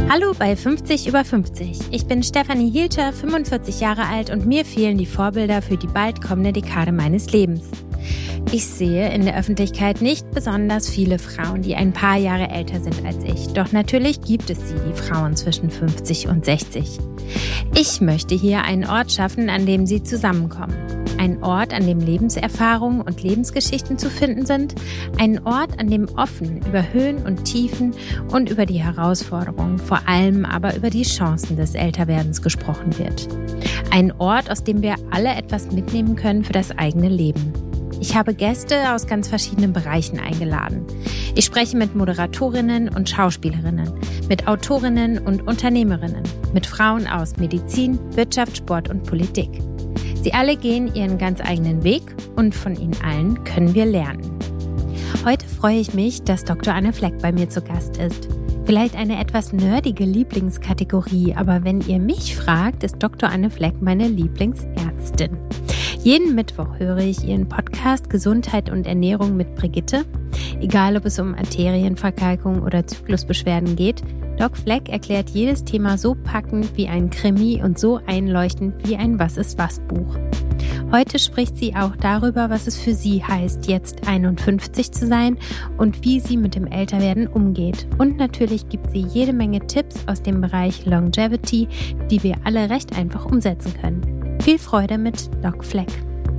Hallo bei 50 über 50. Ich bin Stefanie Hielscher, 45 Jahre alt und mir fehlen die Vorbilder für die bald kommende Dekade meines Lebens. Ich sehe in der Öffentlichkeit nicht besonders viele Frauen, die ein paar Jahre älter sind als ich. Doch natürlich gibt es sie, die Frauen zwischen 50 und 60. Ich möchte hier einen Ort schaffen, an dem sie zusammenkommen. Ein Ort, an dem Lebenserfahrungen und Lebensgeschichten zu finden sind. Ein Ort, an dem offen über Höhen und Tiefen und über die Herausforderungen, vor allem aber über die Chancen des Älterwerdens gesprochen wird. Ein Ort, aus dem wir alle etwas mitnehmen können für das eigene Leben. Ich habe Gäste aus ganz verschiedenen Bereichen eingeladen. Ich spreche mit Moderatorinnen und Schauspielerinnen, mit Autorinnen und Unternehmerinnen, mit Frauen aus Medizin, Wirtschaft, Sport und Politik. Sie alle gehen ihren ganz eigenen Weg und von ihnen allen können wir lernen. Heute freue ich mich, dass Dr. Anne Fleck bei mir zu Gast ist. Vielleicht eine etwas nerdige Lieblingskategorie, aber wenn ihr mich fragt, ist Dr. Anne Fleck meine Lieblingsärztin. Jeden Mittwoch höre ich ihren Podcast Gesundheit und Ernährung mit Brigitte. Egal, ob es um Arterienverkalkung oder Zyklusbeschwerden geht, Doc Fleck erklärt jedes Thema so packend wie ein Krimi und so einleuchtend wie ein Was-ist-was-Buch. Heute spricht sie auch darüber, was es für sie heißt, jetzt 51 zu sein und wie sie mit dem Älterwerden umgeht. Und natürlich gibt sie jede Menge Tipps aus dem Bereich Longevity, die wir alle recht einfach umsetzen können. Viel Freude mit Doc Fleck.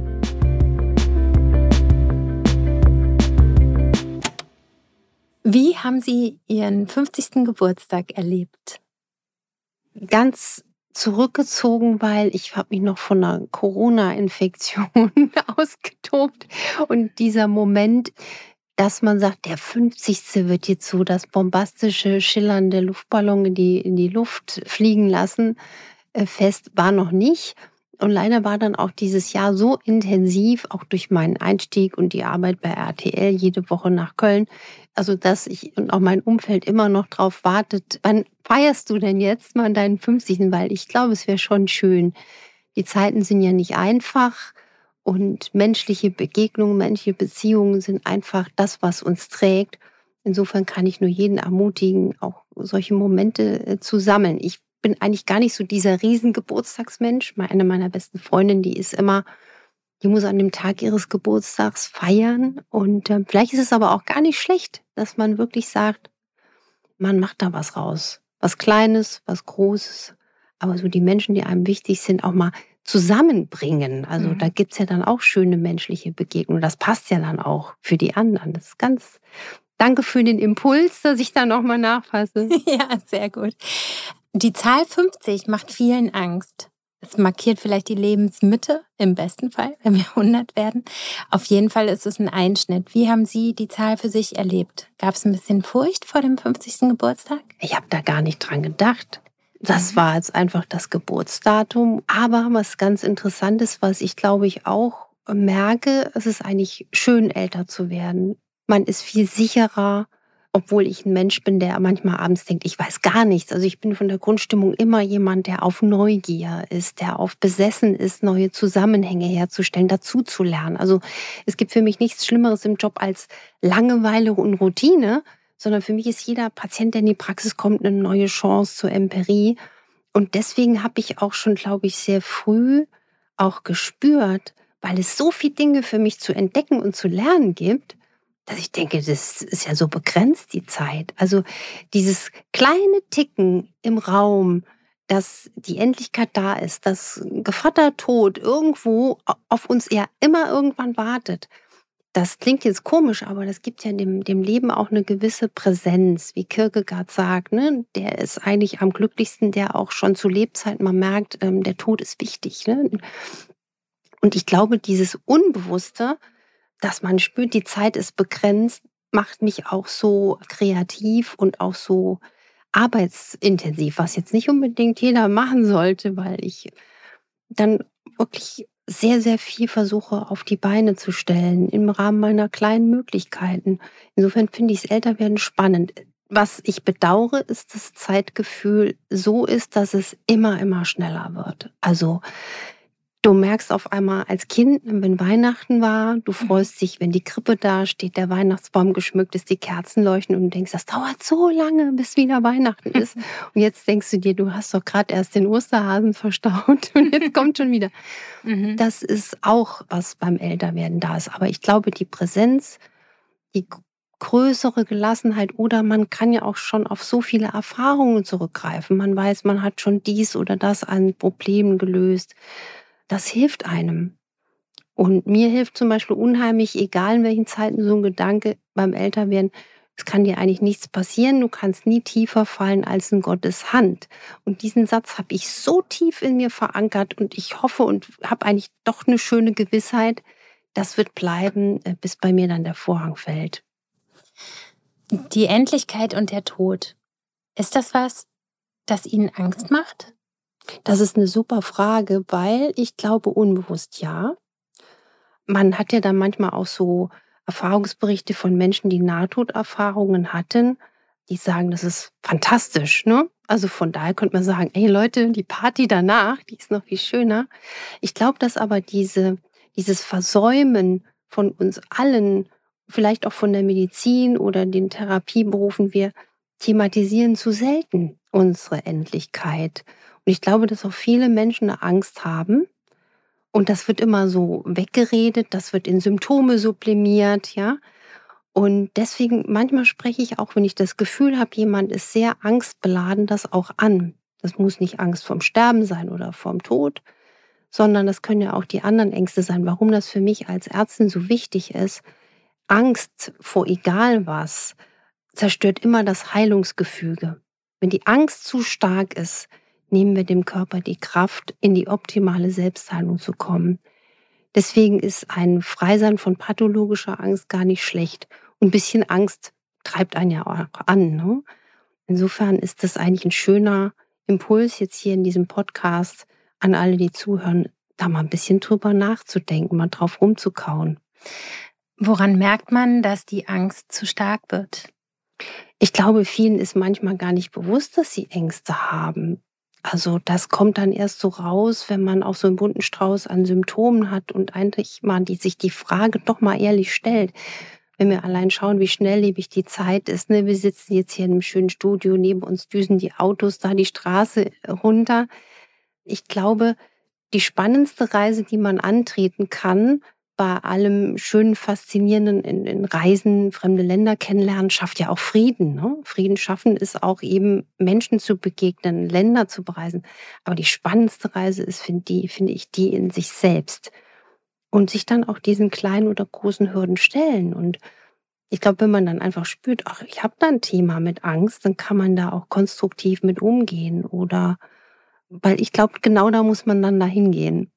Wie haben Sie Ihren 50. Geburtstag erlebt? Ganz zurückgezogen, weil ich habe mich noch von einer Corona-Infektion ausgetobt. Und dieser Moment, dass man sagt, der 50. wird jetzt so das bombastische, schillernde Luftballon in die Luft fliegen lassen, fest war noch nicht. Und leider war dann auch dieses Jahr so intensiv, auch durch meinen Einstieg und die Arbeit bei RTL jede Woche nach Köln, also dass ich und auch mein Umfeld immer noch drauf wartet, wann feierst du denn jetzt mal deinen 50.? Weil ich glaube, es wäre schon schön. Die Zeiten sind ja nicht einfach und menschliche Begegnungen, menschliche Beziehungen sind einfach das, was uns trägt. Insofern kann ich nur jeden ermutigen, auch solche Momente zu sammeln. Ich bin eigentlich gar nicht so dieser Riesengeburtstagsmensch. Eine meiner besten Freundinnen, die muss an dem Tag ihres Geburtstags feiern. Und vielleicht ist es aber auch gar nicht schlecht, dass man wirklich sagt, man macht da was raus. Was Kleines, was Großes. Aber so die Menschen, die einem wichtig sind, auch mal zusammenbringen. Also da gibt's ja dann auch schöne menschliche Begegnungen. Das passt ja dann auch für die anderen. Das ist ganz... Danke für den Impuls, dass ich da nochmal nachfasse. Ja, sehr gut. Die Zahl 50 macht vielen Angst. Es markiert vielleicht die Lebensmitte, im besten Fall, wenn wir 100 werden. Auf jeden Fall ist es ein Einschnitt. Wie haben Sie die Zahl für sich erlebt? Gab es ein bisschen Furcht vor dem 50. Geburtstag? Ich habe da gar nicht dran gedacht. Das war jetzt einfach das Geburtsdatum. Aber was ganz Interessantes, was ich glaube ich auch merke, es ist eigentlich schön, älter zu werden. Man ist viel sicherer, obwohl ich ein Mensch bin, der manchmal abends denkt, ich weiß gar nichts. Also ich bin von der Grundstimmung immer jemand, der auf Neugier ist, der auf besessen ist, neue Zusammenhänge herzustellen, dazu zu lernen. Also es gibt für mich nichts Schlimmeres im Job als Langeweile und Routine, sondern für mich ist jeder Patient, der in die Praxis kommt, eine neue Chance zur Empirie. Und deswegen habe ich auch schon, glaube ich, sehr früh auch gespürt, weil es so viele Dinge für mich zu entdecken und zu lernen gibt, dass ich denke, das ist ja so begrenzt, die Zeit. Also dieses kleine Ticken im Raum, dass die Endlichkeit da ist, dass Gevatter Tod irgendwo auf uns ja immer irgendwann wartet. Das klingt jetzt komisch, aber das gibt ja dem Leben auch eine gewisse Präsenz, wie Kierkegaard sagt, ne? Der ist eigentlich am glücklichsten, der auch schon zu Lebzeiten mal merkt, der Tod ist wichtig. Ne? Und ich glaube, dieses Unbewusste, dass man spürt, die Zeit ist begrenzt, macht mich auch so kreativ und auch so arbeitsintensiv, was jetzt nicht unbedingt jeder machen sollte, weil ich dann wirklich sehr, sehr viel versuche auf die Beine zu stellen im Rahmen meiner kleinen Möglichkeiten. Insofern finde ich das Älterwerden spannend. Was ich bedauere, ist, dass das Zeitgefühl so ist, dass es immer, immer schneller wird. Also Du merkst auf einmal als Kind, wenn Weihnachten war, du freust dich, wenn die Krippe da steht, der Weihnachtsbaum geschmückt ist, die Kerzen leuchten und du denkst, das dauert so lange, bis wieder Weihnachten ist. Und jetzt denkst du dir, du hast doch gerade erst den Osterhasen verstaut und jetzt kommt schon wieder. Das ist auch, was beim Älterwerden da ist. Aber ich glaube, die Präsenz, die größere Gelassenheit oder man kann ja auch schon auf so viele Erfahrungen zurückgreifen. Man weiß, man hat schon dies oder das an Problemen gelöst. Das hilft einem. Und mir hilft zum Beispiel unheimlich, egal in welchen Zeiten, so ein Gedanke beim Älterwerden, es kann dir eigentlich nichts passieren, du kannst nie tiefer fallen als in Gottes Hand. Und diesen Satz habe ich so tief in mir verankert und ich hoffe und habe eigentlich doch eine schöne Gewissheit, das wird bleiben, bis bei mir dann der Vorhang fällt. Die Endlichkeit und der Tod, ist das was, das Ihnen Angst macht? Das ist eine super Frage, weil ich glaube unbewusst ja. Man hat ja dann manchmal auch so Erfahrungsberichte von Menschen, die Nahtoderfahrungen hatten, die sagen, das ist fantastisch, ne? Also von daher könnte man sagen, ey Leute, die Party danach, die ist noch viel schöner. Ich glaube, dass aber dieses Versäumen von uns allen, vielleicht auch von der Medizin oder den Therapieberufen, wir thematisieren zu selten unsere Endlichkeit. Und ich glaube, dass auch viele Menschen eine Angst haben. Und das wird immer so weggeredet, das wird in Symptome sublimiert, ja. Und deswegen, manchmal spreche ich auch, wenn ich das Gefühl habe, jemand ist sehr angstbeladen, das auch an. Das muss nicht Angst vorm Sterben sein oder vorm Tod, sondern das können ja auch die anderen Ängste sein. Warum das für mich als Ärztin so wichtig ist, Angst vor egal was zerstört immer das Heilungsgefüge. Wenn die Angst zu stark ist, nehmen wir dem Körper die Kraft, in die optimale Selbstheilung zu kommen. Deswegen ist ein Freisein von pathologischer Angst gar nicht schlecht. Und ein bisschen Angst treibt einen ja auch an. Ne? Insofern ist das eigentlich ein schöner Impuls jetzt hier in diesem Podcast an alle, die zuhören, da mal ein bisschen drüber nachzudenken, mal drauf rumzukauen. Woran merkt man, dass die Angst zu stark wird? Ich glaube, vielen ist manchmal gar nicht bewusst, dass sie Ängste haben. Also das kommt dann erst so raus, wenn man auch so einen bunten Strauß an Symptomen hat und eigentlich mal sich die Frage doch mal ehrlich stellt. Wenn wir allein schauen, wie schnelllebig die Zeit ist. Ne? Wir sitzen jetzt hier in einem schönen Studio, neben uns düsen die Autos da die Straße runter. Ich glaube, die spannendste Reise, die man antreten kann, bei allem schönen, faszinierenden in Reisen, fremde Länder kennenlernen, schafft ja auch Frieden. Ne? Frieden schaffen ist auch eben Menschen zu begegnen, Länder zu bereisen. Aber die spannendste Reise ist, finde ich, die in sich selbst. Und sich dann auch diesen kleinen oder großen Hürden stellen. Und ich glaube, wenn man dann einfach spürt, ach, ich habe da ein Thema mit Angst, dann kann man da auch konstruktiv mit umgehen. Oder, weil ich glaube, genau da muss man dann dahin gehen.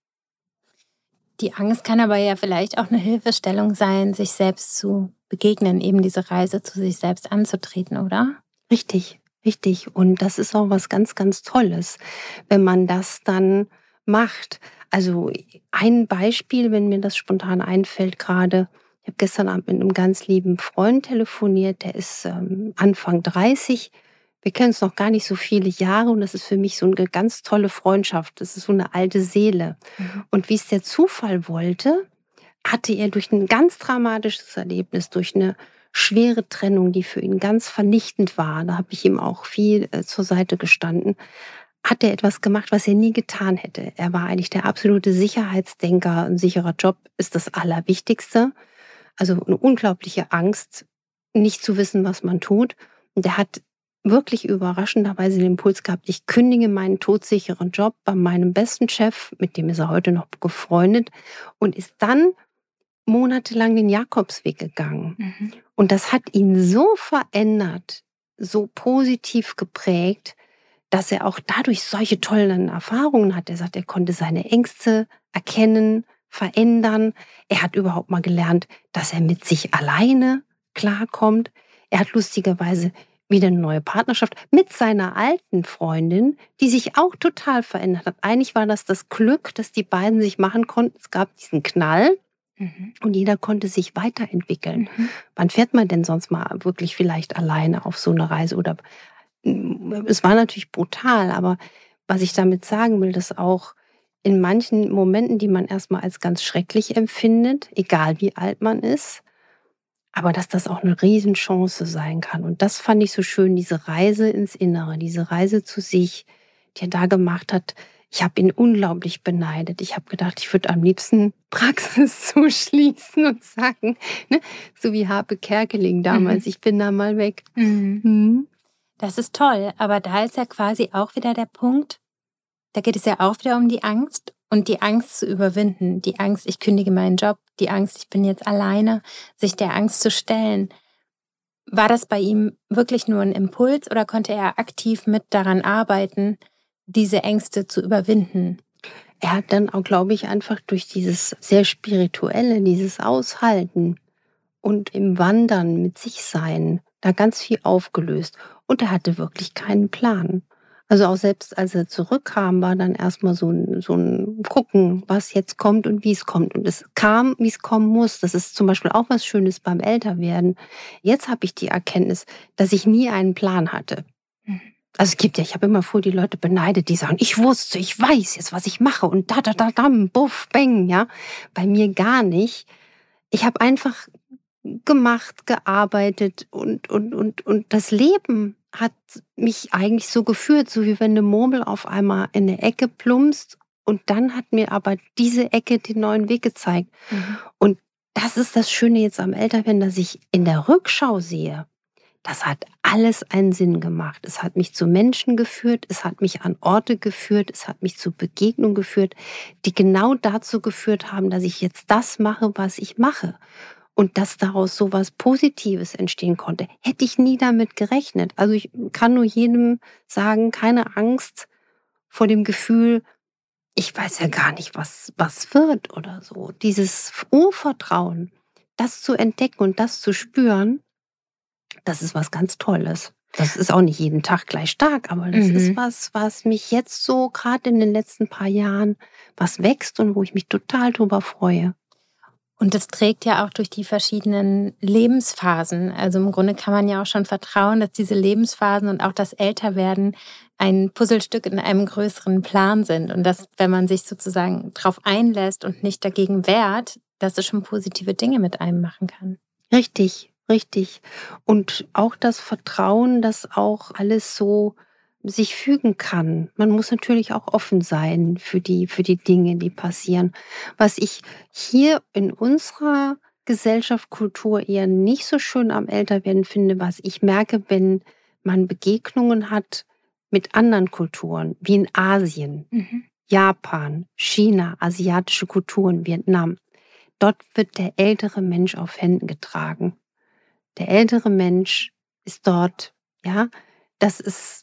Die Angst kann aber ja vielleicht auch eine Hilfestellung sein, sich selbst zu begegnen, eben diese Reise zu sich selbst anzutreten, oder? Richtig, richtig. Und das ist auch was ganz, ganz Tolles, wenn man das dann macht. Also ein Beispiel, wenn mir das spontan einfällt gerade, ich habe gestern Abend mit einem ganz lieben Freund telefoniert, der ist Anfang 30. Wir kennen uns noch gar nicht so viele Jahre und das ist für mich so eine ganz tolle Freundschaft. Das ist so eine alte Seele. Und wie es der Zufall wollte, hatte er durch ein ganz dramatisches Erlebnis, durch eine schwere Trennung, die für ihn ganz vernichtend war, da habe ich ihm auch viel zur Seite gestanden, hat er etwas gemacht, was er nie getan hätte. Er war eigentlich der absolute Sicherheitsdenker. Ein sicherer Job ist das Allerwichtigste. Also eine unglaubliche Angst, nicht zu wissen, was man tut. Und er hat wirklich überraschenderweise den Impuls gehabt, ich kündige meinen todsicheren Job bei meinem besten Chef, mit dem ist er heute noch befreundet, und ist dann monatelang den Jakobsweg gegangen. Und das hat ihn so verändert, so positiv geprägt, dass er auch dadurch solche tollen Erfahrungen hat. Er sagt, er konnte seine Ängste erkennen, verändern. Er hat überhaupt mal gelernt, dass er mit sich alleine klarkommt. Er hat lustigerweise wieder eine neue Partnerschaft mit seiner alten Freundin, die sich auch total verändert hat. Eigentlich war das Glück, dass die beiden sich machen konnten. Es gab diesen Knall und jeder konnte sich weiterentwickeln. Wann fährt man denn sonst mal wirklich vielleicht alleine auf so eine Reise? Oder es war natürlich brutal, aber was ich damit sagen will, dass auch in manchen Momenten, die man erstmal als ganz schrecklich empfindet, egal wie alt man ist, aber dass das auch eine Riesenchance sein kann. Und das fand ich so schön, diese Reise ins Innere, diese Reise zu sich, die er da gemacht hat. Ich habe ihn unglaublich beneidet. Ich habe gedacht, ich würde am liebsten Praxis zuschließen und sagen, ne, so wie Harpe Kerkeling damals, ich bin da mal weg. Mhm. Das ist toll, aber da ist ja quasi auch wieder der Punkt, da geht es ja auch wieder um die Angst und die Angst zu überwinden. Die Angst, ich kündige meinen Job, die Angst, ich bin jetzt alleine, sich der Angst zu stellen. War das bei ihm wirklich nur ein Impuls oder konnte er aktiv mit daran arbeiten, diese Ängste zu überwinden? Er hat dann auch, glaube ich, einfach durch dieses sehr Spirituelle, dieses Aushalten und im Wandern mit sich sein, da ganz viel aufgelöst. Und er hatte wirklich keinen Plan. Also auch selbst als er zurückkam, war dann erstmal so ein Gucken, was jetzt kommt und wie es kommt. Und es kam, wie es kommen muss. Das ist zum Beispiel auch was Schönes beim Älterwerden. Jetzt habe ich die Erkenntnis, dass ich nie einen Plan hatte. Also es gibt ja, ich habe immer vor die Leute beneidet, die sagen, ich wusste, ich weiß jetzt, was ich mache und dam, buff, bang, ja. Bei mir gar nicht. Ich habe einfach gemacht, gearbeitet und das Leben hat mich eigentlich so geführt, so wie wenn eine Murmel auf einmal in eine Ecke plumpst und dann hat mir aber diese Ecke den neuen Weg gezeigt. Und das ist das Schöne jetzt am Älterwerden, dass ich in der Rückschau sehe, das hat alles einen Sinn gemacht. Es hat mich zu Menschen geführt, es hat mich an Orte geführt, es hat mich zu Begegnungen geführt, die genau dazu geführt haben, dass ich jetzt das mache, was ich mache. Und dass daraus so was Positives entstehen konnte, hätte ich nie damit gerechnet. Also ich kann nur jedem sagen, keine Angst vor dem Gefühl, ich weiß ja gar nicht, was wird oder so. Dieses Urvertrauen, das zu entdecken und das zu spüren, das ist was ganz Tolles. Das ist auch nicht jeden Tag gleich stark, aber das ist was mich jetzt so gerade in den letzten paar Jahren, was wächst und wo ich mich total drüber freue. Und das trägt ja auch durch die verschiedenen Lebensphasen. Also im Grunde kann man ja auch schon vertrauen, dass diese Lebensphasen und auch das Älterwerden ein Puzzlestück in einem größeren Plan sind. Und dass, wenn man sich sozusagen darauf einlässt und nicht dagegen wehrt, dass es schon positive Dinge mit einem machen kann. Richtig, richtig. Und auch das Vertrauen, dass auch alles so sich fügen kann. Man muss natürlich auch offen sein für die Dinge, die passieren. Was ich hier in unserer Gesellschaft, Kultur eher nicht so schön am Älterwerden finde, was ich merke, wenn man Begegnungen hat mit anderen Kulturen, wie in Asien, Japan, China, asiatische Kulturen, Vietnam. Dort wird der ältere Mensch auf Händen getragen. Der ältere Mensch ist dort, ja, das ist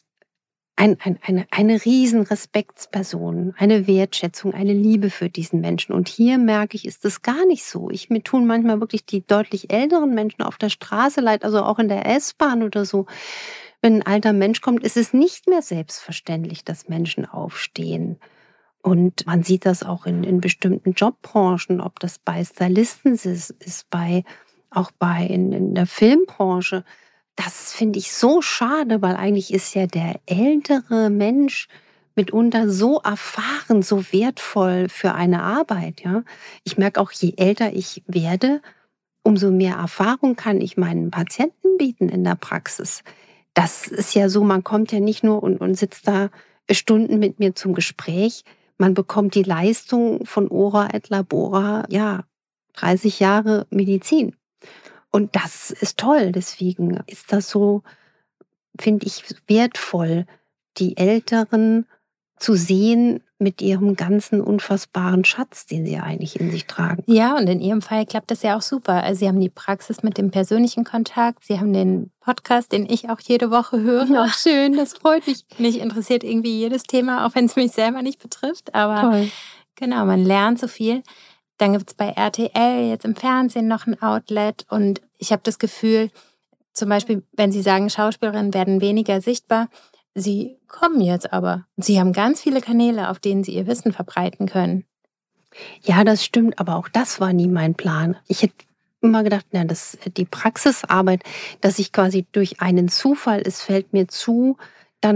eine riesen Respektsperson, eine Wertschätzung, eine Liebe für diesen Menschen. Und hier merke ich, ist das gar nicht so. Mir tun manchmal wirklich die deutlich älteren Menschen auf der Straße leid, also auch in der S-Bahn oder so. Wenn ein alter Mensch kommt, ist es nicht mehr selbstverständlich, dass Menschen aufstehen. Und man sieht das auch in bestimmten Jobbranchen, ob das bei Stylisten ist auch in der Filmbranche. Das finde ich so schade, weil eigentlich ist ja der ältere Mensch mitunter so erfahren, so wertvoll für eine Arbeit. Ja? Ich merke auch, je älter ich werde, umso mehr Erfahrung kann ich meinen Patienten bieten in der Praxis. Das ist ja so, man kommt ja nicht nur und sitzt da Stunden mit mir zum Gespräch. Man bekommt die Leistung von Ora et Labora, ja, 30 Jahre Medizin. Und das ist toll. Deswegen ist das so, finde ich, wertvoll, die Älteren zu sehen mit ihrem ganzen unfassbaren Schatz, den sie eigentlich in sich tragen. Ja, und in Ihrem Fall klappt das ja auch super. Also Sie haben die Praxis mit dem persönlichen Kontakt, Sie haben den Podcast, den ich auch jede Woche höre. Ja, schön, das freut mich. Mich interessiert irgendwie jedes Thema, auch wenn es mich selber nicht betrifft. Aber Toll. genau, man lernt so viel. Dann gibt es bei RTL jetzt im Fernsehen noch ein Outlet. Und ich habe das Gefühl, zum Beispiel, wenn Sie sagen, Schauspielerinnen werden weniger sichtbar, Sie kommen jetzt aber. Sie haben ganz viele Kanäle, auf denen Sie Ihr Wissen verbreiten können. Ja, das stimmt, aber auch das war nie mein Plan. Ich hätte immer gedacht, die Praxisarbeit, dass ich quasi durch einen Zufall, es fällt mir zu, dann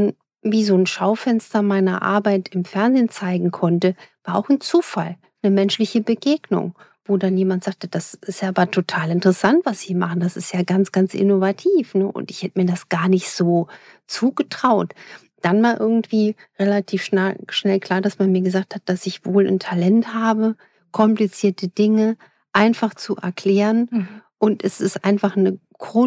wie so ein Schaufenster meiner Arbeit im Fernsehen zeigen konnte, war auch ein Zufall, eine menschliche Begegnung, wo dann jemand sagte, das ist ja aber total interessant, was Sie machen, das ist ja ganz, ganz innovativ. Ne? Und ich hätte mir das gar nicht so zugetraut. Dann war irgendwie relativ schnell klar, dass man mir gesagt hat, dass ich wohl ein Talent habe, komplizierte Dinge einfach zu erklären. Mhm. Und es ist einfach eine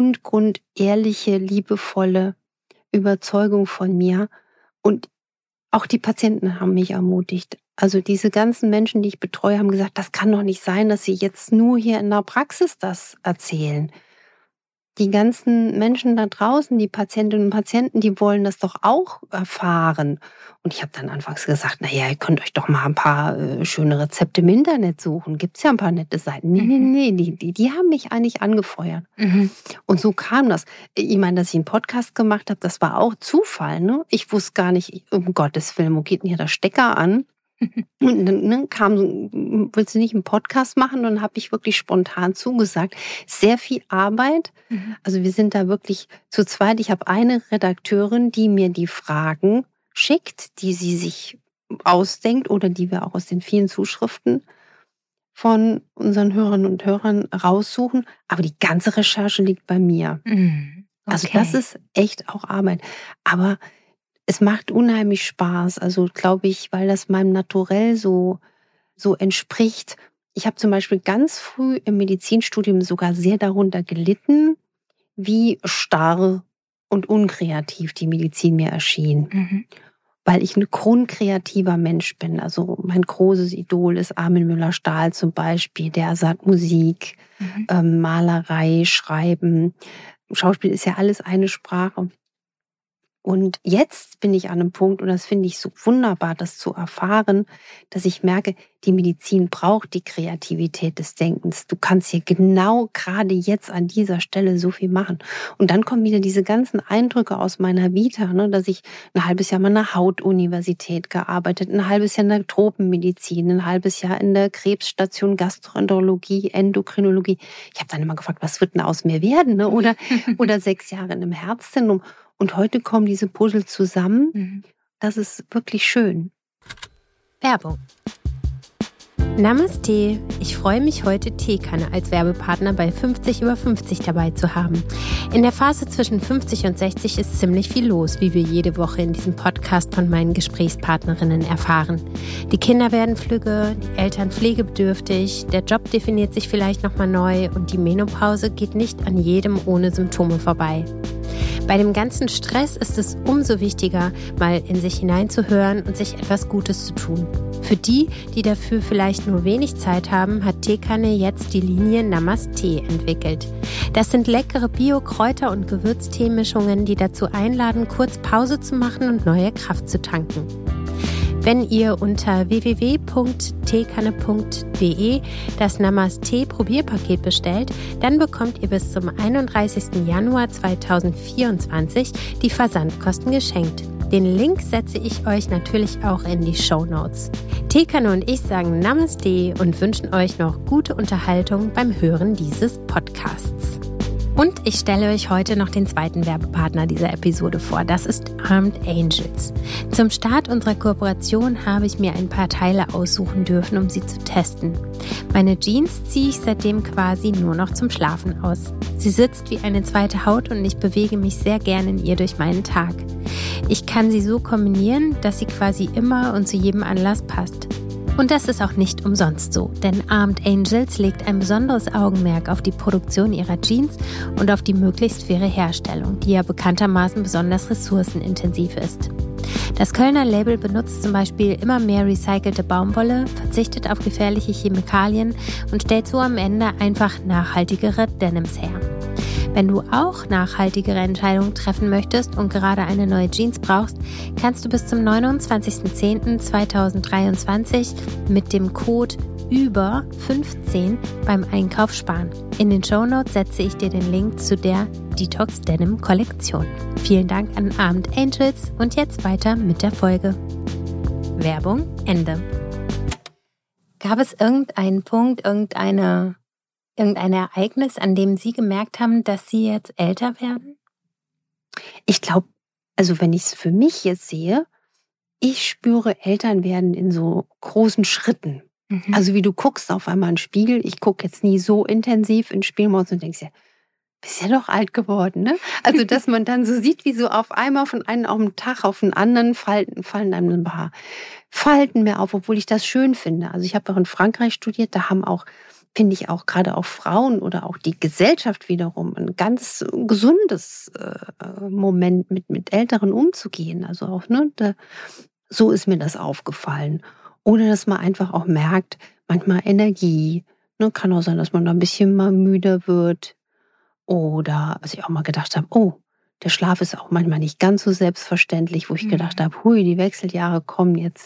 ehrliche, liebevolle Überzeugung von mir. Und auch die Patienten haben mich ermutigt. Also diese ganzen Menschen, die ich betreue, haben gesagt, das kann doch nicht sein, dass sie jetzt nur hier in der Praxis das erzählen. Die ganzen Menschen da draußen, die Patientinnen und Patienten, die wollen das doch auch erfahren. Und ich habe dann anfangs gesagt, naja, ihr könnt euch doch mal ein paar schöne Rezepte im Internet suchen. Gibt's ja ein paar nette Seiten. Nee, die haben mich eigentlich angefeuert. Mhm. Und so kam das. Ich meine, dass ich einen Podcast gemacht habe, das war auch Zufall. Ne? Ich wusste gar nicht, um Gottes Willen, wo geht denn hier der Stecker an? Und dann kam, willst du nicht einen Podcast machen? Und dann habe ich wirklich spontan zugesagt. Sehr viel Arbeit. Mhm. Also wir sind da wirklich zu zweit. Ich habe eine Redakteurin, die mir die Fragen schickt, die sie sich ausdenkt oder die wir auch aus den vielen Zuschriften von unseren Hörerinnen und Hörern raussuchen. Aber die ganze Recherche liegt bei mir. Mhm. Also Okay. das ist echt auch Arbeit. Aber es macht unheimlich Spaß. Also glaube ich, weil das meinem Naturell so entspricht. Ich habe zum Beispiel ganz früh im Medizinstudium sogar sehr darunter gelitten, wie starr und unkreativ die Medizin mir erschien. Mhm. Weil ich ein grundkreativer Mensch bin. Also mein großes Idol ist Armin Müller-Stahl zum Beispiel. Der sagt Musik, Mhm. Malerei, Schreiben. Schauspiel ist ja alles eine Sprache. Und jetzt bin ich an einem Punkt, und das finde ich so wunderbar, das zu erfahren, dass ich merke, die Medizin braucht die Kreativität des Denkens. Du kannst hier genau gerade jetzt an dieser Stelle so viel machen. Und dann kommen wieder diese ganzen Eindrücke aus meiner Vita, ne, dass ich ein halbes Jahr mal an der Hautuniversität gearbeitet, ein halbes Jahr in der Tropenmedizin, ein halbes Jahr in der Krebsstation Gastroenterologie, Endokrinologie. Ich habe dann immer gefragt, was wird denn aus mir werden? Ne? Oder 6 Jahre in einem Herzzentrum. Und heute kommen diese Puzzle zusammen. Mhm. Das ist wirklich schön. Werbung. Namaste. Ich freue mich, heute Teekanne als Werbepartner bei 50 über 50 dabei zu haben. In der Phase zwischen 50 und 60 ist ziemlich viel los, wie wir jede Woche in diesem Podcast von meinen Gesprächspartnerinnen erfahren. Die Kinder werden flügge, die Eltern pflegebedürftig, der Job definiert sich vielleicht nochmal neu und die Menopause geht nicht an jedem ohne Symptome vorbei. Bei dem ganzen Stress ist es umso wichtiger, mal in sich hineinzuhören und sich etwas Gutes zu tun. Für die, die dafür vielleicht nur wenig Zeit haben, hat Teekanne jetzt die Linie Namaste entwickelt. Das sind leckere Bio-Kräuter- und Gewürzteemischungen, die dazu einladen, kurz Pause zu machen und neue Kraft zu tanken. Wenn ihr unter www.teekanne.de das Namaste-Probierpaket bestellt, dann bekommt ihr bis zum 31. Januar 2024 die Versandkosten geschenkt. Den Link setze ich euch natürlich auch in die Shownotes. Teekanne und ich sagen Namaste und wünschen euch noch gute Unterhaltung beim Hören dieses Podcasts. Und ich stelle euch heute noch den zweiten Werbepartner dieser Episode vor. Das ist Armed Angels. Zum Start unserer Kooperation habe ich mir ein paar Teile aussuchen dürfen, um sie zu testen. Meine Jeans ziehe ich seitdem quasi nur noch zum Schlafen aus. Sie sitzt wie eine zweite Haut und ich bewege mich sehr gerne in ihr durch meinen Tag. Ich kann sie so kombinieren, dass sie quasi immer und zu jedem Anlass passt. Und das ist auch nicht umsonst so, denn Armed Angels legt ein besonderes Augenmerk auf die Produktion ihrer Jeans und auf die möglichst faire Herstellung, die ja bekanntermaßen besonders ressourcenintensiv ist. Das Kölner Label benutzt zum Beispiel immer mehr recycelte Baumwolle, verzichtet auf gefährliche Chemikalien und stellt so am Ende einfach nachhaltigere Denims her. Wenn du auch nachhaltigere Entscheidungen treffen möchtest und gerade eine neue Jeans brauchst, kannst du bis zum 29.10.2023 mit dem Code ÜBER15 beim Einkauf sparen. In den Shownotes setze ich dir den Link zu der Detox Denim Kollektion. Vielen Dank an Armed Angels und jetzt weiter mit der Folge. Werbung Ende. Gab es irgendeinen Punkt, irgendein Ereignis, an dem Sie gemerkt haben, dass Sie jetzt älter werden? Ich glaube, Also wenn ich es für mich jetzt sehe, ich spüre Elternwerden in so großen Schritten. Mhm. Also wie du guckst auf einmal in den Spiegel. Ich gucke jetzt nie so intensiv in den Spiegel und denkst ja, bist ja doch alt geworden, ne? Also dass man dann so sieht, wie so auf einmal von einem auf den Tag auf den anderen fallen einem ein paar Falten mehr auf, obwohl ich das schön finde. Also ich habe auch in Frankreich studiert, da haben auch, finde ich auch gerade auch Frauen oder auch die Gesellschaft wiederum ein ganz gesundes Moment mit Älteren umzugehen. Also auch, ne, so ist mir das aufgefallen. Oder dass man einfach auch merkt, manchmal Energie. Ne, kann auch sein, dass man da ein bisschen mal müder wird. Oder was ich auch mal gedacht habe, oh, der Schlaf ist auch manchmal nicht ganz so selbstverständlich, wo ich gedacht Mhm. habe, hui, die Wechseljahre kommen jetzt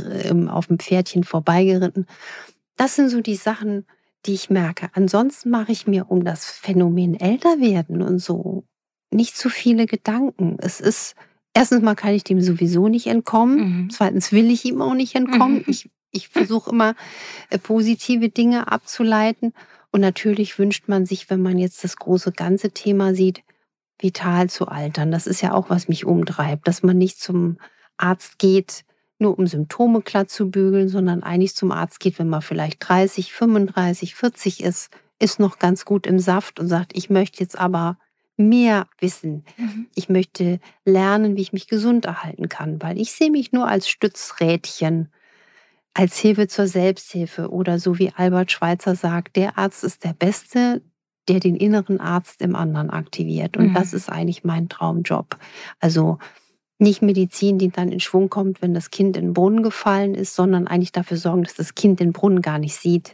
auf dem Pferdchen vorbeigeritten. Das sind so die Sachen, die ich merke. Ansonsten mache ich mir um das Phänomen Älterwerden und so nicht zu viele Gedanken. Es ist, erstens mal kann ich dem sowieso nicht entkommen. Mhm. Zweitens will ich ihm auch nicht entkommen. Mhm. Ich versuche immer positive Dinge abzuleiten. Und natürlich wünscht man sich, wenn man jetzt das große ganze Thema sieht, vital zu altern. Das ist ja auch, was mich umtreibt, dass man nicht zum Arzt geht, nur um Symptome glatt zu bügeln, sondern eigentlich zum Arzt geht, wenn man vielleicht 30, 35, 40 ist noch ganz gut im Saft und sagt, ich möchte jetzt aber mehr wissen. Mhm. Ich möchte lernen, wie ich mich gesund erhalten kann, weil ich sehe mich nur als Stützrädchen, als Hilfe zur Selbsthilfe oder so wie Albert Schweitzer sagt, der Arzt ist der Beste, der den inneren Arzt im anderen aktiviert. Und das Mhm. ist eigentlich mein Traumjob. Also nicht Medizin, die dann in Schwung kommt, wenn das Kind in den Brunnen gefallen ist, sondern eigentlich dafür sorgen, dass das Kind den Brunnen gar nicht sieht.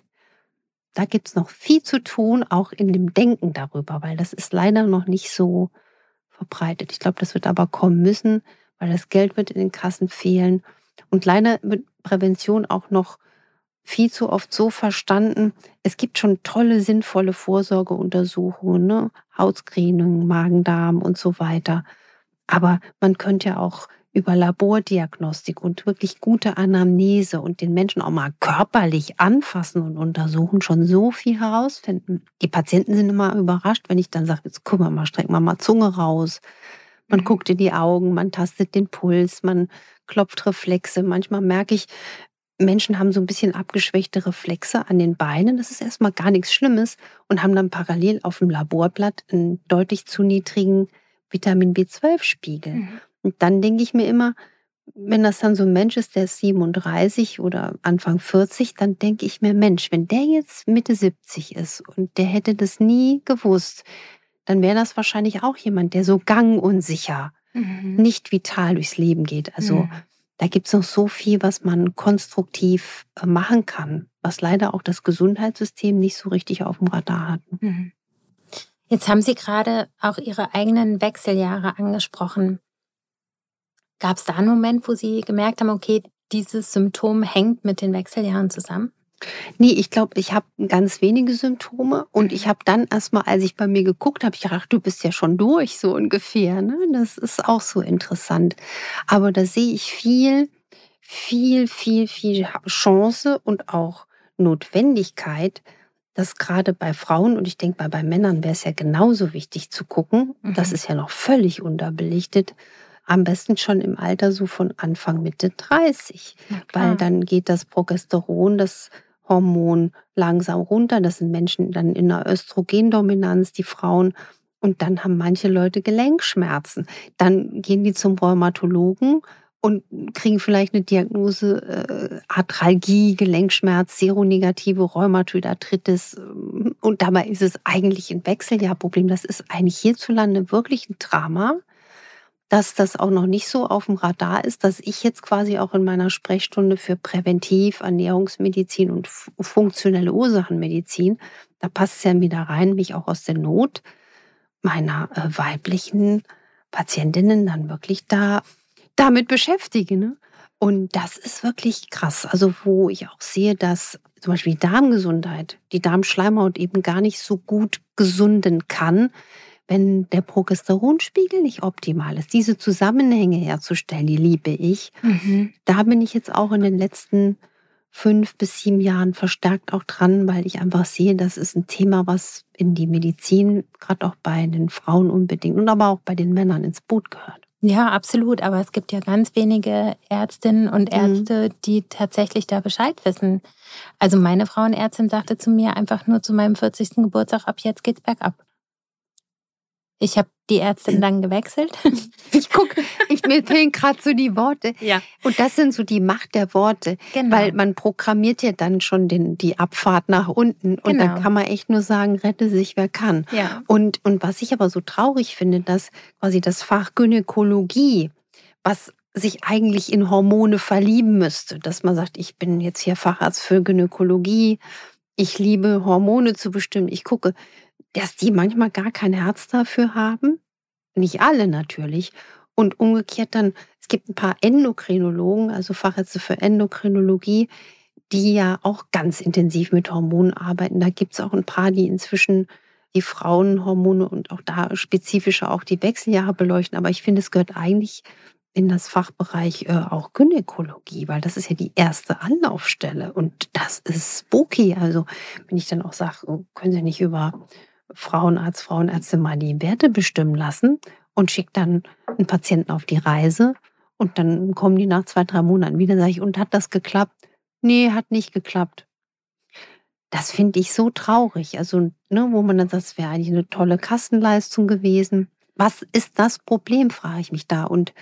Da gibt es noch viel zu tun, auch in dem Denken darüber, weil das ist leider noch nicht so verbreitet. Ich glaube, das wird aber kommen müssen, weil das Geld wird in den Kassen fehlen. Und leider wird Prävention auch noch viel zu oft so verstanden. Es gibt schon tolle, sinnvolle Vorsorgeuntersuchungen, ne? Hautscreening, Magen-Darm und so weiter. Aber man könnte ja auch über Labordiagnostik und wirklich gute Anamnese und den Menschen auch mal körperlich anfassen und untersuchen, schon so viel herausfinden. Die Patienten sind immer überrascht, wenn ich dann sage, jetzt guck mal, streck mal Zunge raus. Man Mhm. guckt in die Augen, man tastet den Puls, man klopft Reflexe. Manchmal merke ich, Menschen haben so ein bisschen abgeschwächte Reflexe an den Beinen. Das ist erstmal gar nichts Schlimmes und haben dann parallel auf dem Laborblatt einen deutlich zu niedrigen Vitamin B12-Spiegel. Mhm. Und dann denke ich mir immer, wenn das dann so ein Mensch ist, der ist 37 oder Anfang 40, dann denke ich mir, Mensch, wenn der jetzt Mitte 70 ist und der hätte das nie gewusst, dann wäre das wahrscheinlich auch jemand, der so gangunsicher, Mhm. nicht vital durchs Leben geht. Also Mhm. da gibt es noch so viel, was man konstruktiv machen kann, was leider auch das Gesundheitssystem nicht so richtig auf dem Radar hat. Mhm. Jetzt haben Sie gerade auch Ihre eigenen Wechseljahre angesprochen. Gab es da einen Moment, wo Sie gemerkt haben, okay, dieses Symptom hängt mit den Wechseljahren zusammen? Ne, ich glaube, ich habe ganz wenige Symptome und ich Mhm. habe dann erst mal, als ich bei mir geguckt habe, ich gedacht: „Du bist ja schon durch, so ungefähr", ne? Das ist auch so interessant. Aber da sehe ich viel Chance und auch Notwendigkeit, dass gerade bei Frauen und ich denke bei Männern wäre es ja genauso wichtig zu gucken, das Mhm. ist ja noch völlig unterbelichtet, am besten schon im Alter so von Anfang, Mitte 30, Na weil klar. dann geht das Progesteron, das Hormon langsam runter. Das sind Menschen dann in einer Östrogendominanz, die Frauen. Und dann haben manche Leute Gelenkschmerzen. Dann gehen die zum Rheumatologen und kriegen vielleicht eine Diagnose, Arthralgie, Gelenkschmerz, seronegative Rheumatoid-Arthritis. Und dabei ist es eigentlich ein Wechseljahrproblem. Das ist eigentlich hierzulande wirklich ein Drama, dass das auch noch nicht so auf dem Radar ist, dass ich jetzt quasi auch in meiner Sprechstunde für Präventiv, Ernährungsmedizin und funktionelle Ursachenmedizin, da passt es ja wieder rein, mich auch aus der Not meiner weiblichen Patientinnen dann wirklich damit beschäftige. Ne? Und das ist wirklich krass. Also wo ich auch sehe, dass zum Beispiel die Darmgesundheit, die Darmschleimhaut eben gar nicht so gut gesunden kann, wenn der Progesteronspiegel nicht optimal ist. Diese Zusammenhänge herzustellen, die liebe ich. Mhm. Da bin ich jetzt auch in den letzten 5 bis 7 Jahren verstärkt auch dran, weil ich einfach sehe, das ist ein Thema, was in die Medizin, gerade auch bei den Frauen unbedingt und aber auch bei den Männern ins Boot gehört. Ja, absolut. Aber es gibt ja ganz wenige Ärztinnen und Ärzte, die tatsächlich da Bescheid wissen. Also meine Frauenärztin sagte zu mir einfach nur zu meinem 40. Geburtstag, ab jetzt geht's bergab. Ich habe die Ärztin dann gewechselt. Mir fehlen gerade so die Worte. Ja. Und das sind so die Macht der Worte. Genau. Weil man programmiert ja dann schon die Abfahrt nach unten. Und Genau. dann kann man echt nur sagen, rette sich, wer kann. Ja. Und was ich aber so traurig finde, dass quasi das Fach Gynäkologie, was sich eigentlich in Hormone verlieben müsste, dass man sagt, ich bin jetzt hier Facharzt für Gynäkologie, ich liebe Hormone zu bestimmen, ich gucke, dass die manchmal gar kein Herz dafür haben. Nicht alle natürlich. Und umgekehrt dann, es gibt ein paar Endokrinologen, also Fachärzte für Endokrinologie, die ja auch ganz intensiv mit Hormonen arbeiten. Da gibt es auch ein paar, die inzwischen die Frauenhormone und auch da spezifischer auch die Wechseljahre beleuchten. Aber ich finde, es gehört eigentlich in das Fachbereich auch Gynäkologie, weil das ist ja die erste Anlaufstelle. Und das ist spooky. Also wenn ich dann auch sage, können Sie nicht über Frauenarzt, Frauenärztin mal die Werte bestimmen lassen und schickt dann einen Patienten auf die Reise und dann kommen die nach 2, 3 Monaten wieder, sage ich, und hat das geklappt? Nee, hat nicht geklappt. Das finde ich so traurig. Also, ne, wo man dann sagt, es wäre eigentlich eine tolle Kassenleistung gewesen. Was ist das Problem, frage ich mich da. Und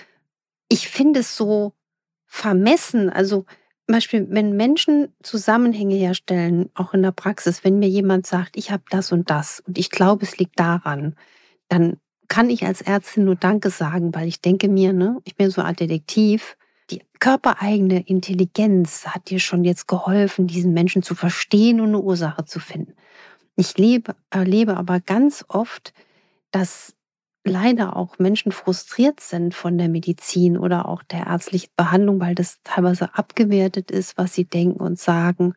ich finde es so vermessen. Also zum Beispiel, wenn Menschen Zusammenhänge herstellen, auch in der Praxis, wenn mir jemand sagt, ich habe das und ich glaube, es liegt daran, dann kann ich als Ärztin nur Danke sagen, weil ich denke mir, ne, ich bin so eine Art Detektiv, die körpereigene Intelligenz hat dir schon jetzt geholfen, diesen Menschen zu verstehen und eine Ursache zu finden. Ich erlebe aber ganz oft, dass leider auch Menschen frustriert sind von der Medizin oder auch der ärztlichen Behandlung, weil das teilweise abgewertet ist, was sie denken und sagen,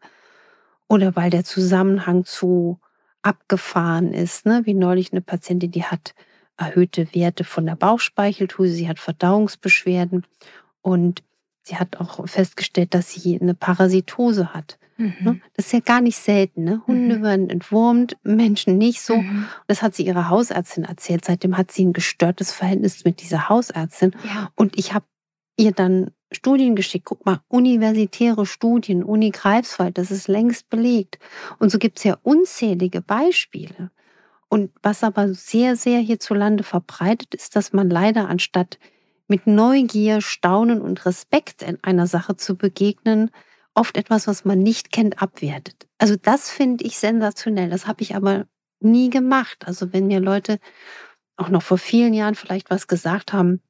oder weil der Zusammenhang zu abgefahren ist. Ne? Wie neulich eine Patientin, die hat erhöhte Werte von der Bauchspeicheldrüse, sie hat Verdauungsbeschwerden und sie hat auch festgestellt, dass sie eine Parasitose hat. Ne? Das ist ja gar nicht selten. Ne? Hunde werden entwurmt, Menschen nicht so. Das hat sie ihrer Hausärztin erzählt. Seitdem hat sie ein gestörtes Verhältnis mit dieser Hausärztin. Ja. Und ich habe ihr dann Studien geschickt. Guck mal, universitäre Studien, Uni Greifswald, das ist längst belegt. Und so gibt es ja unzählige Beispiele. Und was aber sehr, sehr hierzulande verbreitet ist, dass man leider anstatt mit Neugier, Staunen und Respekt in einer Sache zu begegnen, oft etwas, was man nicht kennt, abwertet. Also das finde ich sensationell. Das habe ich aber nie gemacht. Also wenn mir Leute auch noch vor vielen Jahren vielleicht was gesagt haben,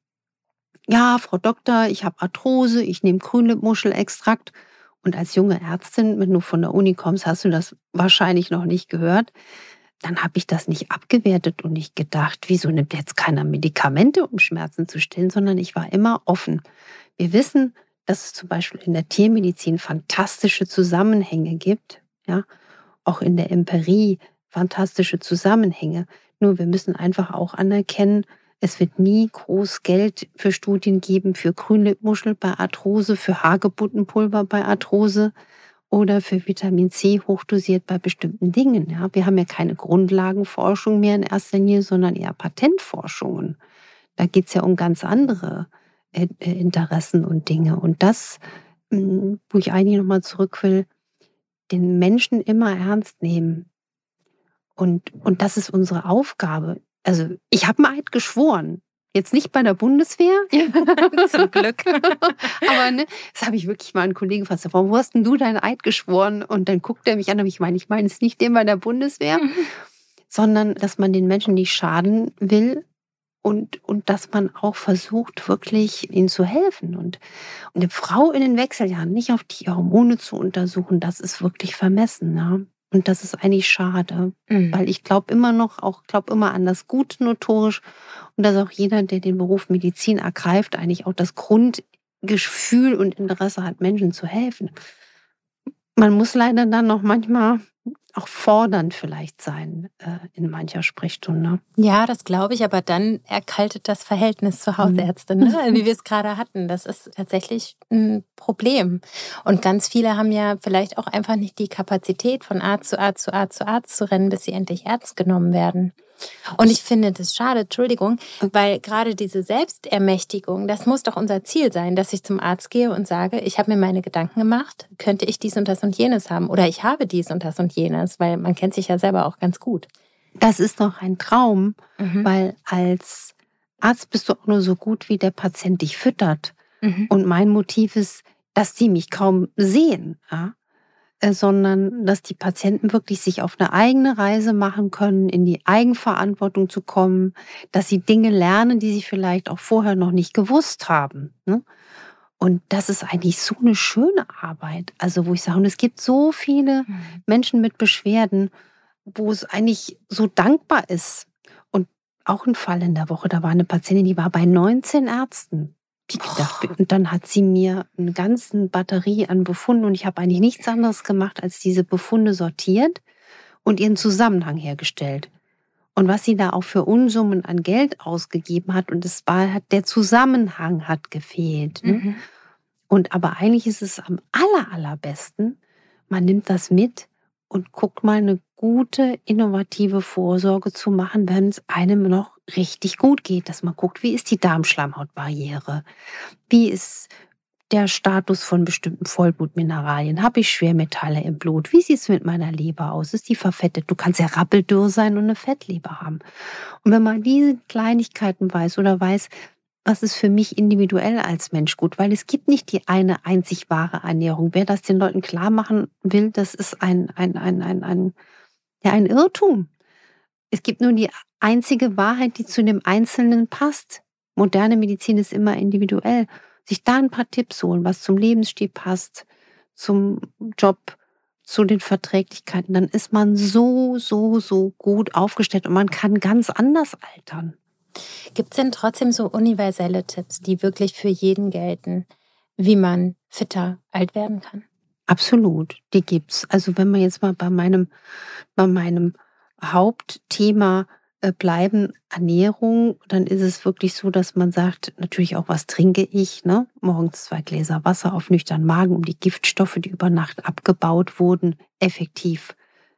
ja, Frau Doktor, ich habe Arthrose, ich nehme Grünlippmuschelextrakt. Und als junge Ärztin, wenn du von der Uni kommst, hast du das wahrscheinlich noch nicht gehört. Dann habe ich das nicht abgewertet und nicht gedacht, wieso nimmt jetzt keiner Medikamente, um Schmerzen zu stillen, sondern ich war immer offen. Wir wissen, dass es zum Beispiel in der Tiermedizin fantastische Zusammenhänge gibt, ja, auch in der Empirie fantastische Zusammenhänge. Nur wir müssen einfach auch anerkennen, es wird nie groß Geld für Studien geben für Grünlippmuschel bei Arthrose, für Hagebuttenpulver bei Arthrose oder für Vitamin C hochdosiert bei bestimmten Dingen. Ja, wir haben ja keine Grundlagenforschung mehr in erster Linie, sondern eher Patentforschungen. Da geht es ja um ganz andere Interessen und Dinge. Und das, wo ich eigentlich nochmal zurück will, den Menschen immer ernst nehmen. Und das ist unsere Aufgabe. Also ich habe einen Eid geschworen. Jetzt nicht bei der Bundeswehr. Zum Glück. Aber ne, das habe ich wirklich mal einen Kollegen gefragt. Warum hast denn du deinen Eid geschworen? Und dann guckt er mich an und ich meine es nicht den bei der Bundeswehr, sondern dass man den Menschen nicht schaden will und dass man auch versucht, wirklich ihnen zu helfen. Und eine Frau in den Wechseljahren nicht auf die Hormone zu untersuchen, das ist wirklich vermessen. Ja? Und das ist eigentlich schade, weil ich glaube immer an das Gute notorisch und dass auch jeder, der den Beruf Medizin ergreift, eigentlich auch das Grundgefühl und Interesse hat, Menschen zu helfen. Man muss leider dann noch manchmal auch fordernd vielleicht sein in mancher Sprechstunde. Ja, das glaube ich, aber dann erkaltet das Verhältnis zur Hausärztin, ne? Wie wir es gerade hatten. Das ist tatsächlich ein Problem. Und ganz viele haben ja vielleicht auch einfach nicht die Kapazität, von Arzt zu Arzt zu Arzt zu Arzt zu rennen, bis sie endlich ernst genommen werden. Und ich finde das schade, Entschuldigung, weil gerade diese Selbstermächtigung, das muss doch unser Ziel sein, dass ich zum Arzt gehe und sage, ich habe mir meine Gedanken gemacht, könnte ich dies und jenes haben oder ich habe dies und jenes, weil man kennt sich ja selber auch ganz gut. Das ist doch ein Traum, weil als Arzt bist du auch nur so gut, wie der Patient dich füttert. Und mein Motiv ist, dass die mich kaum sehen, ja? Sondern dass die Patienten wirklich sich auf eine eigene Reise machen können, in die Eigenverantwortung zu kommen, dass sie Dinge lernen, die sie vielleicht auch vorher noch nicht gewusst haben. Ne? Und das ist eigentlich so eine schöne Arbeit. Also wo ich sage, und es gibt so viele Menschen mit Beschwerden, wo es eigentlich so dankbar ist. Und auch ein Fall in der Woche, da war eine Patientin, die war bei 19 Ärzten. Und dann hat sie mir eine ganze Batterie an Befunden und ich habe eigentlich nichts anderes gemacht, als diese Befunde sortiert und ihren Zusammenhang hergestellt. Und was sie da auch für Unsummen an Geld ausgegeben hat und der Zusammenhang hat gefehlt. Ne? Und aber eigentlich ist es am allerbesten, man nimmt das mit und guckt mal eine gute, innovative Vorsorge zu machen, wenn es einem noch richtig gut geht, dass man guckt, wie ist die Darmschleimhautbarriere, wie ist der Status von bestimmten Vollblutmineralien, habe ich Schwermetalle im Blut, wie sieht es mit meiner Leber aus, ist die verfettet, du kannst ja rappeldürr sein und eine Fettleber haben. Und wenn man diese Kleinigkeiten weiß oder weiß, was ist für mich individuell als Mensch gut, weil es gibt nicht die eine einzig wahre Ernährung. Wer das den Leuten klar machen will, das ist ein Irrtum. Es gibt nur die einzige Wahrheit, die zu dem Einzelnen passt. Moderne Medizin ist immer individuell. Sich da ein paar Tipps holen, was zum Lebensstil passt, zum Job, zu den Verträglichkeiten, dann ist man so gut aufgestellt und man kann ganz anders altern. Gibt es denn trotzdem so universelle Tipps, die wirklich für jeden gelten, wie man fitter alt werden kann? Absolut, die gibt's. Also wenn wir jetzt mal bei meinem Hauptthema bleiben, Ernährung, dann ist es wirklich so, dass man sagt, natürlich auch, was trinke ich, ne? Morgens 2 Gläser Wasser auf nüchternen Magen, um die Giftstoffe, die über Nacht abgebaut wurden, effektiv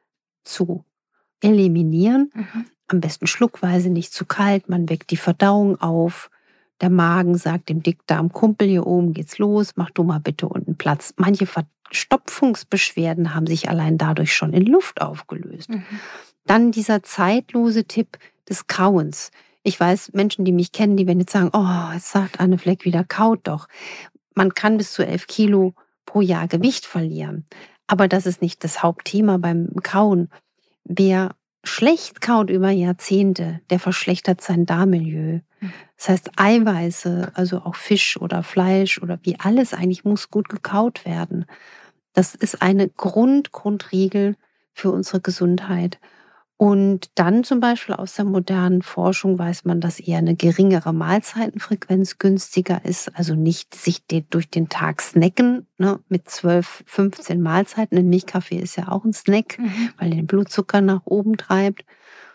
zu eliminieren. Am besten schluckweise, nicht zu kalt, man weckt die Verdauung auf. Der Magen sagt dem Dickdarm, Kumpel, hier oben geht's los, mach du mal bitte unten Platz. Manche Verstopfungsbeschwerden haben sich allein dadurch schon in Luft aufgelöst. Dann dieser zeitlose Tipp des Kauens. Ich weiß, Menschen, die mich kennen, die werden jetzt sagen, oh, jetzt sagt Anne Fleck wieder, kaut doch. Man kann bis zu 11 Kilo pro Jahr Gewicht verlieren. Aber das ist nicht das Hauptthema beim Kauen. Wer schlecht kaut über Jahrzehnte, der verschlechtert sein Darmmilieu. Das heißt, Eiweiße, also auch Fisch oder Fleisch oder wie alles eigentlich muss gut gekaut werden. Das ist eine Grundregel für unsere Gesundheit. Und dann zum Beispiel aus der modernen Forschung weiß man, dass eher eine geringere Mahlzeitenfrequenz günstiger ist. Also nicht sich durch den Tag snacken, ne, mit 12, 15 Mahlzeiten. Ein Milchkaffee ist ja auch ein Snack, weil er den Blutzucker nach oben treibt.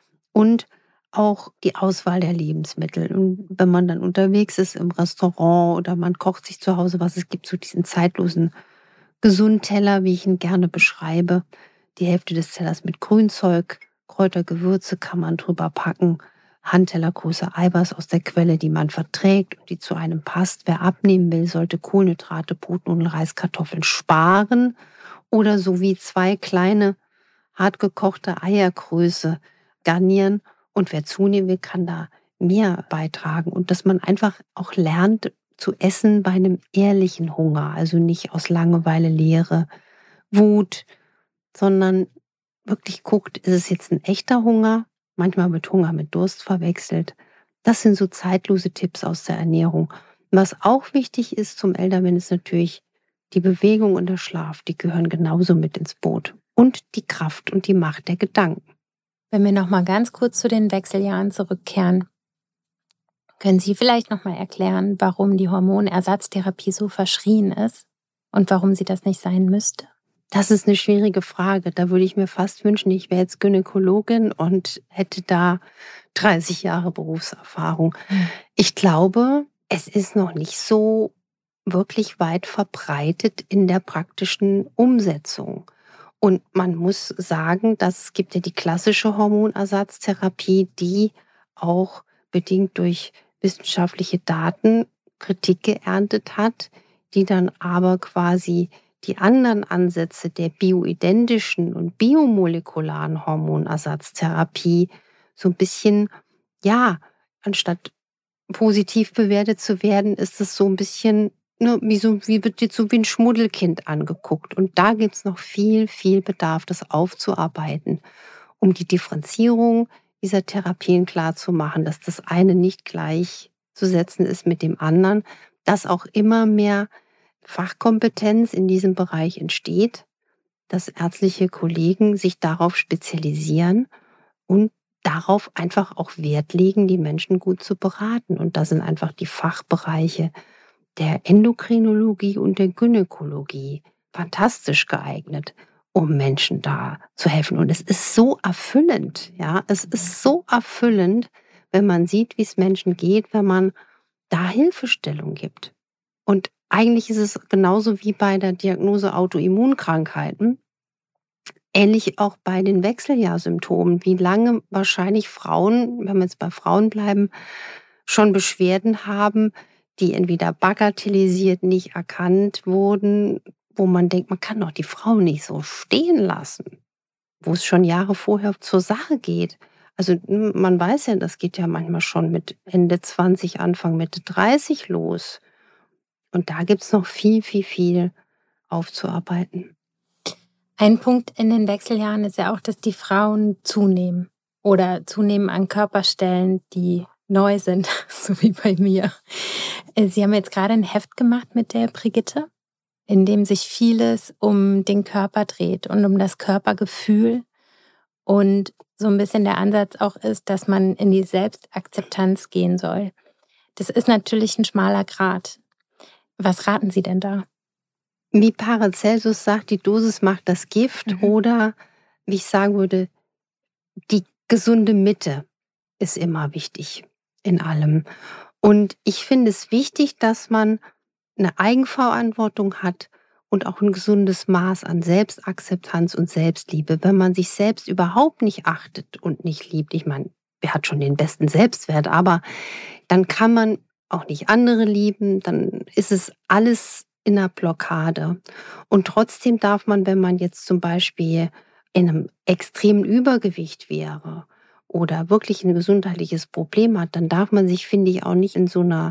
Und auch die Auswahl der Lebensmittel. Und wenn man dann unterwegs ist im Restaurant oder man kocht sich zu Hause was, es gibt so diesen zeitlosen Gesundteller, wie ich ihn gerne beschreibe. Die Hälfte des Tellers mit Grünzeug, Kräuter, Gewürze kann man drüber packen. Handtellergröße Eiweiß aus der Quelle, die man verträgt und die zu einem passt. Wer abnehmen will, sollte Kohlenhydrate, Brotnudeln, Reis, Kartoffeln sparen oder so wie 2 kleine hartgekochte Eiergröße garnieren. Und wer zunehmen will, kann da mehr beitragen. Und dass man einfach auch lernt zu essen bei einem ehrlichen Hunger. Also nicht aus Langeweile, Leere, Wut, sondern wirklich guckt, ist es jetzt ein echter Hunger? Manchmal wird Hunger mit Durst verwechselt. Das sind so zeitlose Tipps aus der Ernährung. Was auch wichtig ist zum Älterwerden, ist natürlich die Bewegung und der Schlaf. Die gehören genauso mit ins Boot. Und die Kraft und die Macht der Gedanken. Wenn wir noch mal ganz kurz zu den Wechseljahren zurückkehren, können Sie vielleicht noch mal erklären, warum die Hormonersatztherapie so verschrien ist und warum sie das nicht sein müsste? Das ist eine schwierige Frage. Da würde ich mir fast wünschen, ich wäre jetzt Gynäkologin und hätte da 30 Jahre Berufserfahrung. Ich glaube, es ist noch nicht so wirklich weit verbreitet in der praktischen Umsetzung. Und man muss sagen, dass es gibt ja die klassische Hormonersatztherapie, die auch bedingt durch wissenschaftliche Daten Kritik geerntet hat, die dann aber quasi die anderen Ansätze der bioidentischen und biomolekularen Hormonersatztherapie so ein bisschen, ja, anstatt positiv bewertet zu werden, ist es so ein bisschen, ne, wie wird jetzt so wie ein Schmuddelkind angeguckt. Und da gibt's noch viel, viel Bedarf, das aufzuarbeiten, um die Differenzierung dieser Therapien klarzumachen, dass das eine nicht gleichzusetzen ist mit dem anderen, dass auch immer mehr Fachkompetenz in diesem Bereich entsteht, dass ärztliche Kollegen sich darauf spezialisieren und darauf einfach auch Wert legen, die Menschen gut zu beraten. Und da sind einfach die Fachbereiche der Endokrinologie und der Gynäkologie fantastisch geeignet, um Menschen da zu helfen. Und es ist so erfüllend, ja, es ist so erfüllend, wenn man sieht, wie es Menschen geht, wenn man da Hilfestellung gibt. Und eigentlich ist es genauso wie bei der Diagnose Autoimmunkrankheiten. Ähnlich auch bei den Wechseljahrsymptomen, wie lange wahrscheinlich Frauen, wenn wir jetzt bei Frauen bleiben, schon Beschwerden haben, die entweder bagatellisiert, nicht erkannt wurden, wo man denkt, man kann doch die Frau nicht so stehen lassen, wo es schon Jahre vorher zur Sache geht. Also man weiß ja, das geht ja manchmal schon mit Ende 20, Anfang Mitte 30 los. Und da gibt's noch viel, viel, viel aufzuarbeiten. Ein Punkt in den Wechseljahren ist ja auch, dass die Frauen zunehmen oder zunehmen an Körperstellen, die neu sind, so wie bei mir. Sie haben jetzt gerade ein Heft gemacht mit der Brigitte, in dem sich vieles um den Körper dreht und um das Körpergefühl. Und so ein bisschen der Ansatz auch ist, dass man in die Selbstakzeptanz gehen soll. Das ist natürlich ein schmaler Grat. Was raten Sie denn da? Wie Paracelsus sagt, die Dosis macht das Gift, oder wie ich sagen würde, die gesunde Mitte ist immer wichtig in allem. Und ich finde es wichtig, dass man eine Eigenverantwortung hat und auch ein gesundes Maß an Selbstakzeptanz und Selbstliebe. Wenn man sich selbst überhaupt nicht achtet und nicht liebt, ich meine, wer hat schon den besten Selbstwert, aber dann kann man auch nicht andere lieben, dann ist es alles in einer Blockade. Und trotzdem darf man, wenn man jetzt zum Beispiel in einem extremen Übergewicht wäre oder wirklich ein gesundheitliches Problem hat, dann darf man sich, finde ich, auch nicht in so einer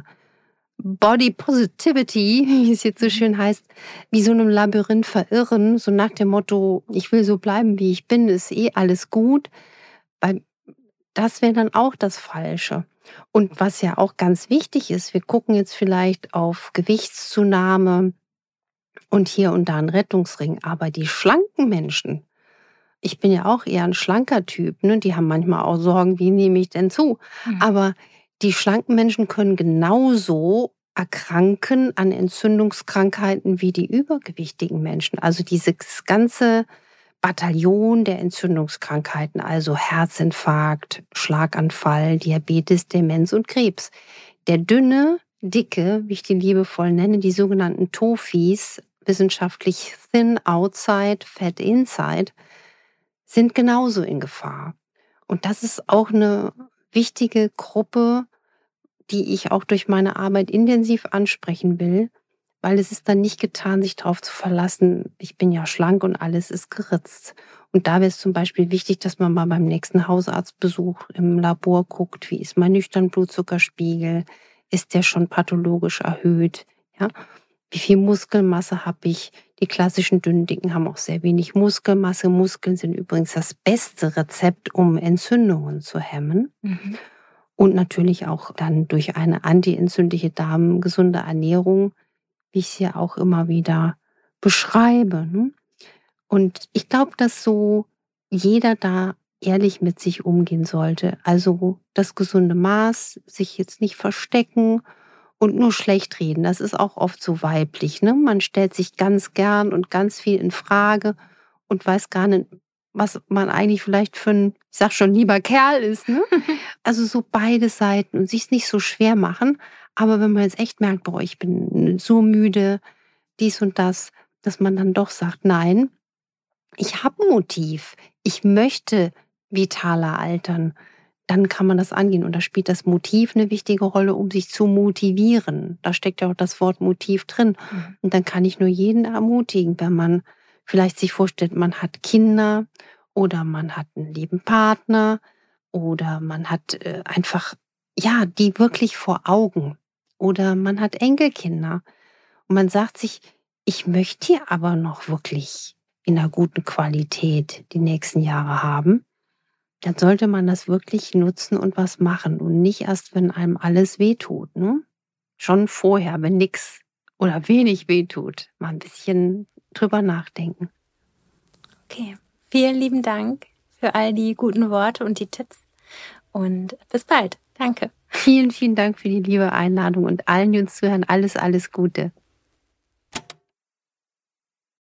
Body Positivity, wie es jetzt so schön heißt, wie so einem Labyrinth verirren, so nach dem Motto, ich will so bleiben, wie ich bin, ist eh alles gut, weil das wäre dann auch das Falsche. Und was ja auch ganz wichtig ist, wir gucken jetzt vielleicht auf Gewichtszunahme und hier und da einen Rettungsring, aber die schlanken Menschen, ich bin ja auch eher ein schlanker Typ, ne? Die haben manchmal auch Sorgen, wie nehme ich denn zu? Aber die schlanken Menschen können genauso erkranken an Entzündungskrankheiten wie die übergewichtigen Menschen. Also dieses ganze Bataillon der Entzündungskrankheiten, also Herzinfarkt, Schlaganfall, Diabetes, Demenz und Krebs. Der dünne, dicke, wie ich die liebevoll nenne, die sogenannten Tofis, wissenschaftlich Thin Outside, Fat Inside, sind genauso in Gefahr. Und das ist auch eine wichtige Gruppe, die ich auch durch meine Arbeit intensiv ansprechen will, weil es ist dann nicht getan, sich darauf zu verlassen, ich bin ja schlank und alles ist geritzt. Und da wäre es zum Beispiel wichtig, dass man mal beim nächsten Hausarztbesuch im Labor guckt, wie ist mein nüchtern Blutzuckerspiegel, ist der schon pathologisch erhöht, ja? Wie viel Muskelmasse habe ich? Die klassischen dünnen Dicken haben auch sehr wenig Muskelmasse. Muskeln sind übrigens das beste Rezept, um Entzündungen zu hemmen. Und natürlich auch dann durch eine antientzündliche darmgesunde Ernährung, wie ich es ja auch immer wieder beschreibe. Ne? Und ich glaube, dass so jeder da ehrlich mit sich umgehen sollte. Also das gesunde Maß, sich jetzt nicht verstecken und nur schlecht reden. Das ist auch oft so weiblich. Ne? Man stellt sich ganz gern und ganz viel in Frage und weiß gar nicht, was man eigentlich vielleicht für ein, ich sag schon, lieber Kerl ist. Ne? Also so beide Seiten und sich's nicht so schwer machen. Aber wenn man jetzt echt merkt, boah, ich bin so müde, dies und das, dass man dann doch sagt, nein, ich habe ein Motiv, ich möchte vitaler altern, dann kann man das angehen. Und da spielt das Motiv eine wichtige Rolle, um sich zu motivieren. Da steckt ja auch das Wort Motiv drin. Und dann kann ich nur jeden ermutigen, wenn man vielleicht sich vorstellt, man hat Kinder oder man hat einen lieben Partner oder man hat einfach, ja, die wirklich vor Augen. Oder man hat Enkelkinder. Und man sagt sich, ich möchte die aber noch wirklich in einer guten Qualität die nächsten Jahre haben. Dann sollte man das wirklich nutzen und was machen und nicht erst, wenn einem alles wehtut, ne? Schon vorher, wenn nix oder wenig wehtut, mal ein bisschen drüber nachdenken. Okay, vielen lieben Dank für all die guten Worte und die Tipps und bis bald. Danke. Vielen, vielen Dank für die liebe Einladung und allen, die uns zuhören, alles, alles Gute.